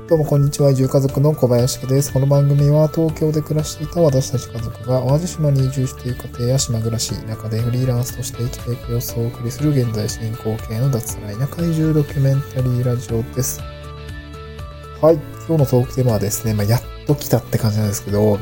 どうもこんにちは。移住家族の小林家です。この番組は東京で暮らしていた私たち家族が淡路島に移住している家庭や島暮らし、田舎でフリーランスとして生きていく様子をお送りする現在進行形の脱サラ田舎移住ドキュメンタリーラジオです。はい。今日のトークテーマはですね、やっと来たって感じなんですけど、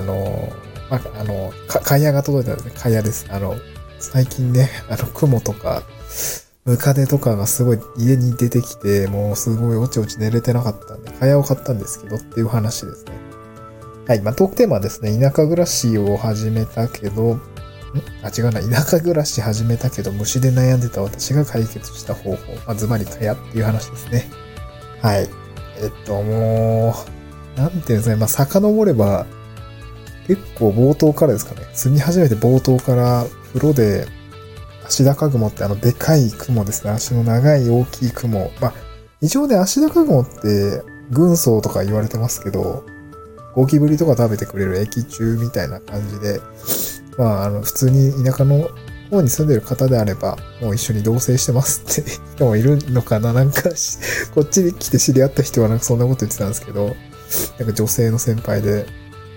蚊帳が届いたんですね。蚊帳です。最近ね、雲とか、ムカデとかがすごい家に出てきて、もうすごいおちおち寝れてなかったんで、蚊帳を買ったんですけどっていう話ですね。はい。トークテーマはですね、田舎暮らしを始めたけど、田舎暮らし始めたけど、虫で悩んでた私が解決した方法。ズバリ蚊帳っていう話ですね。はい。もう、なんていうんですかね、遡れば、結構冒頭からですかね。住み始めて冒頭から風呂で、アシダカグモってでかいクモですね。足の長い大きいクモ。一応ね、アシダカグモって軍曹とか言われてますけど、ゴキブリとか食べてくれる益虫みたいな感じで、普通に田舎の方に住んでる方であれば、もう一緒に同棲してますって人もいるのかな。こっちに来て知り合った人はそんなこと言ってたんですけど、女性の先輩で、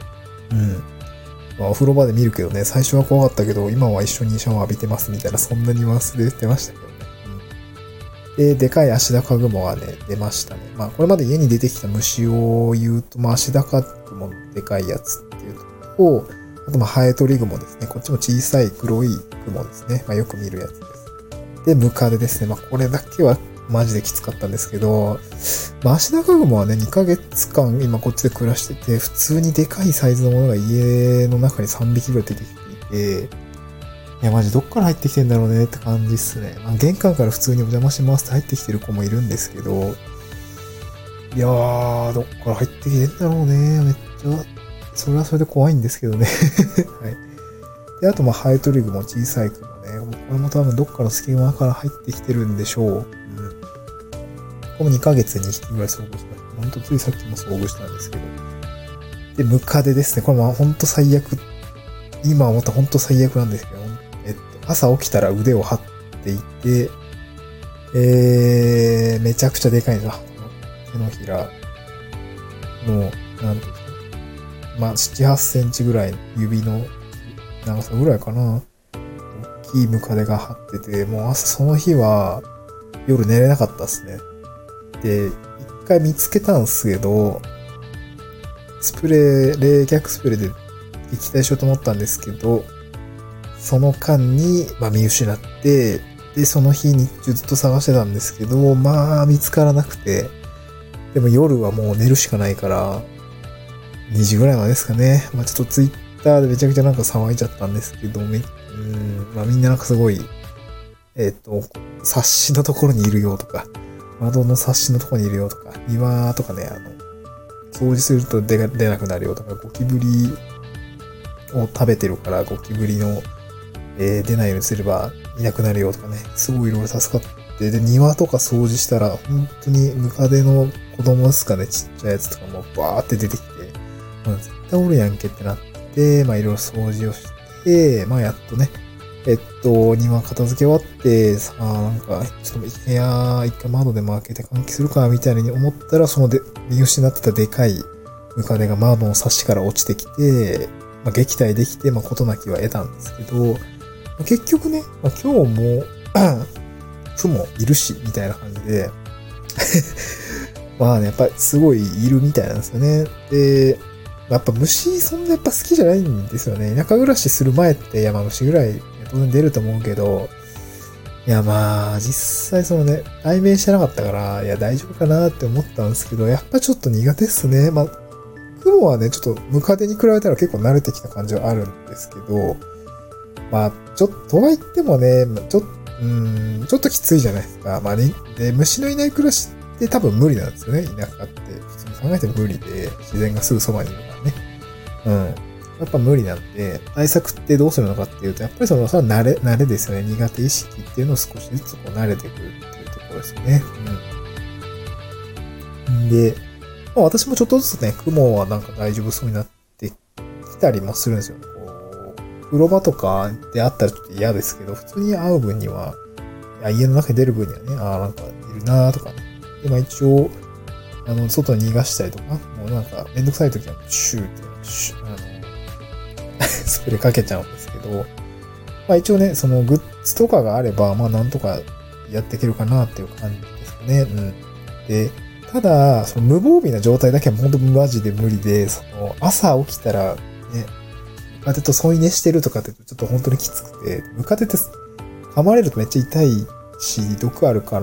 お風呂場で見るけどね、最初は怖かったけど、今は一緒にシャワー浴びてますみたいな、そんなニュアンスで言ってましたけどね。で、でかいアシダカグモがね、出ましたね。これまで家に出てきた虫を言うと、アシダカグモのでかいやつっていうと、あとハエトリグモですね。こっちも小さい黒いグモですね。よく見るやつです。で、ムカデですね。これだけはマジできつかったんですけど、アシダカグモはね、2ヶ月間今こっちで暮らしてて、普通にでかいサイズのものが家の中に3匹ぐらい出てきていて、いやマジどっから入ってきてんだろうねって感じっすね。玄関から普通にお邪魔しますって入ってきてる子もいるんですけど、いやー、どっから入ってきてんだろうね。めっちゃ、それはそれで怖いんですけどね。はい。で、あとハエトリグモ小さい子もね、これも多分どっかの隙間から入ってきてるんでしょう。この2ヶ月に1匹ぐらい遭遇しました。ほんとついさっきも遭遇したんですけど。で、ムカデですね。これほんと最悪。今思ったほんと最悪なんですけど、朝起きたら腕を張っていて、めちゃくちゃでかいんですよ。手のひらの、なんていうんですか。7、8センチぐらい指の長さぐらいかな。大きいムカデが張ってて、もう朝その日は夜寝れなかったですね。で、一回見つけたんですけど、冷却スプレーで撃退しようと思ったんですけど、その間に、見失って、で、その日日中ずっと探してたんですけど、見つからなくて、でも夜はもう寝るしかないから、2時ぐらいまでですかね。ちょっとツイッターでめちゃくちゃ騒いじゃったんですけど、みんなすごい、サッシのところにいるよとか、窓のサッシのところにいるよとか、庭とかね、掃除すると出なくなるよとか、ゴキブリを食べてるからゴキブリの、出ないようにすればいなくなるよとかね、すごいいろいろ助かって、で、庭とか掃除したら、本当にムカデの子供ですかね、ちっちゃいやつとかもバーって出てきて、絶対おるやんけってなって、いろいろ掃除をして、やっとね、庭片付け終わって、ちょっと部屋一回窓でも開けて換気するか、みたいに思ったら、見失ってたでかいムカデが窓のサッシから落ちてきて、撃退できて、事なきは得たんですけど、結局ね、今日も、雲いるし、みたいな感じで、やっぱりすごいいるみたいなんですよね。で、やっぱ虫そんなやっぱ好きじゃないんですよね。田舎暮らしする前って、虫ぐらい当然出ると思うけど、実際対面してなかったから、大丈夫かなって思ったんですけど、やっぱちょっと苦手っすね。雲はね、ちょっとムカデに比べたら結構慣れてきた感じはあるんですけど、とは言ってもね、ちょっときついじゃないですか。で、虫のいない暮らしって多分無理なんですよね、田舎って。普通に考えても無理で、自然がすぐそばにいるからね。やっぱ無理なんで、対策ってどうするのかっていうと、やっぱりそれは慣れですよね。苦手意識っていうのを少しずつ慣れてくるっていうところですよね。で、私もちょっとずつね、雲は大丈夫そうになってきたりもするんですよね。風呂場とかであったらちょっと嫌ですけど、普通に会う分には、家の中に出る分にはね、いるなーとかね。で、一応、 外に逃がしたりとか、もうなんか、めんどくさい時は、シューって、スプレーかけちゃうんですけど、まあ一応ね、そのグッズとかがあれば、まあなんとかやっていけるかなっていう感じですかね。うん。で、ただ、その無防備な状態だけは本当にマジで無理で、その朝起きたら、ね、ムカデと添い寝してるとかってちょっと本当にきつくて、ムカデって噛まれるとめっちゃ痛いし、毒あるから、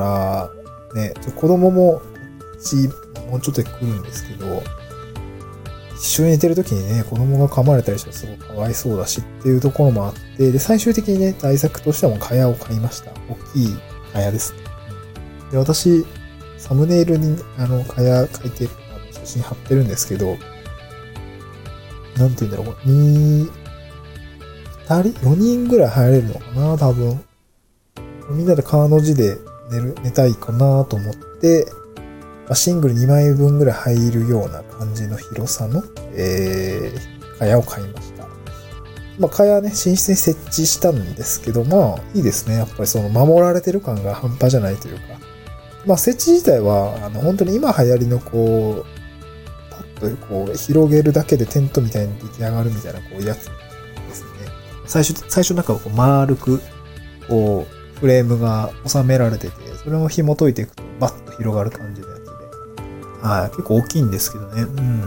ね、子供ももうちょっと来るんですけど、一緒に寝てる時にね、子供が噛まれたりしたらすごくかわいそうだしっていうところもあって、で、最終的にね、対策としてはもう蚊帳を買いました。大きい蚊帳ですね。で、私、サムネイルに、蚊帳書いて、写真貼ってるんですけど、なんて言うんだろう、2人 ?4 人ぐらい入れるのかな多分。みんなで川の字で寝たいかなと思って、シングル2枚分ぐらい入るような感じの広さの、蚊帳を買いました。蚊帳はね、寝室に設置したんですけど、いいですね。やっぱりその守られてる感が半端じゃないというか。設置自体は、本当に今流行りのパッと広げるだけでテントみたいに出来上がるみたいなやつですね。最初なんか丸く、フレームが収められてて、それを紐解いていくとバッと広がる感じのやつで。はい。結構大きいんですけどね。うん。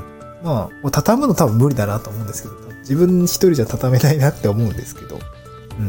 畳むの多分無理だなと思うんですけど、自分一人じゃ畳めないなって思うんですけど。うん。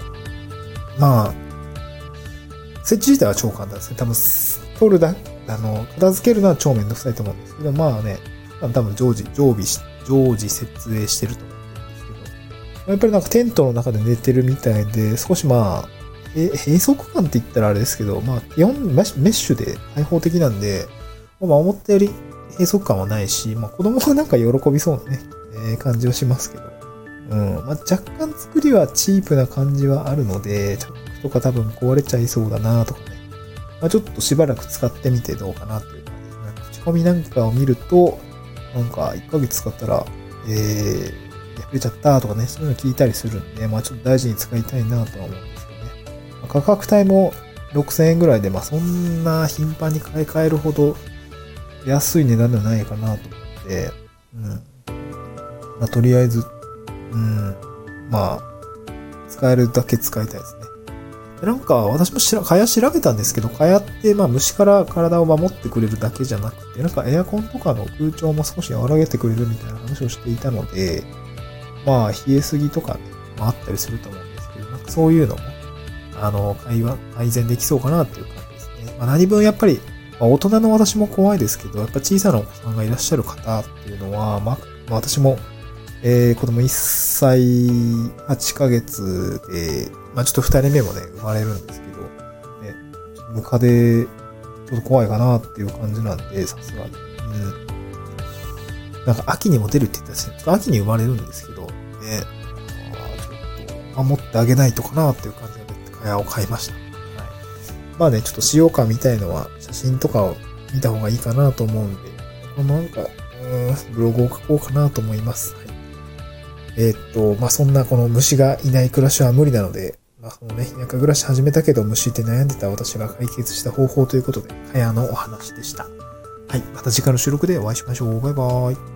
設置自体は超簡単ですね。多分、片付けるのは超めんどくさいと思うんですけど、多分常時設営してると思うんですけど、やっぱりなんかテントの中で寝てるみたいで、少し閉塞感って言ったらあれですけど、基本メッシュで開放的なんで、思ったより閉塞感はないし、子供がなんか喜びそうなね、感じはしますけど。うん。若干作りはチープな感じはあるので、チャックとか多分壊れちゃいそうだなとかね。ちょっとしばらく使ってみてどうかなっていう感じですね。口コミなんかを見ると、なんか1ヶ月使ったら、破れちゃったとかね、そういうの聞いたりするんで、ちょっと大事に使いたいなとは思うんですけどね。価格帯も6000円ぐらいで、そんな頻繁に買い替えるほど安い値段ではないかなと思って、とりあえず、使えるだけ使いたいですね。なんか、私も蚊帳調べたんですけど、蚊帳って、虫から体を守ってくれるだけじゃなくて、なんかエアコンとかの空調も少し和らげてくれるみたいな話をしていたので、冷えすぎとかね、あったりすると思うんですけど、なんかそういうのも、改善できそうかなっていう感じですね。何分やっぱり、大人の私も怖いですけど、やっぱ小さなお子さんがいらっしゃる方っていうのは、私も、子供1歳8ヶ月で、ちょっと2人目もね、生まれるんですけど、ね、ムカデ、ちょっと怖いかなっていう感じなんで、さすがに。なんか秋にも出るって言ったら、ちょっと秋に生まれるんですけど、ね、ちょっと守ってあげないとかなっていう感じで、蚊帳を買いました。はい。ちょっと使用感みたいのは、写真とかを見た方がいいかなと思うんで、なんか、ブログを書こうかなと思います。はい。そんなこの虫がいない暮らしは無理なので、そのね、田舎暮らし始めたけど虫って悩んでた私が解決した方法ということで、蚊帳のお話でした。はい。また次回の収録でお会いしましょう。バイバーイ。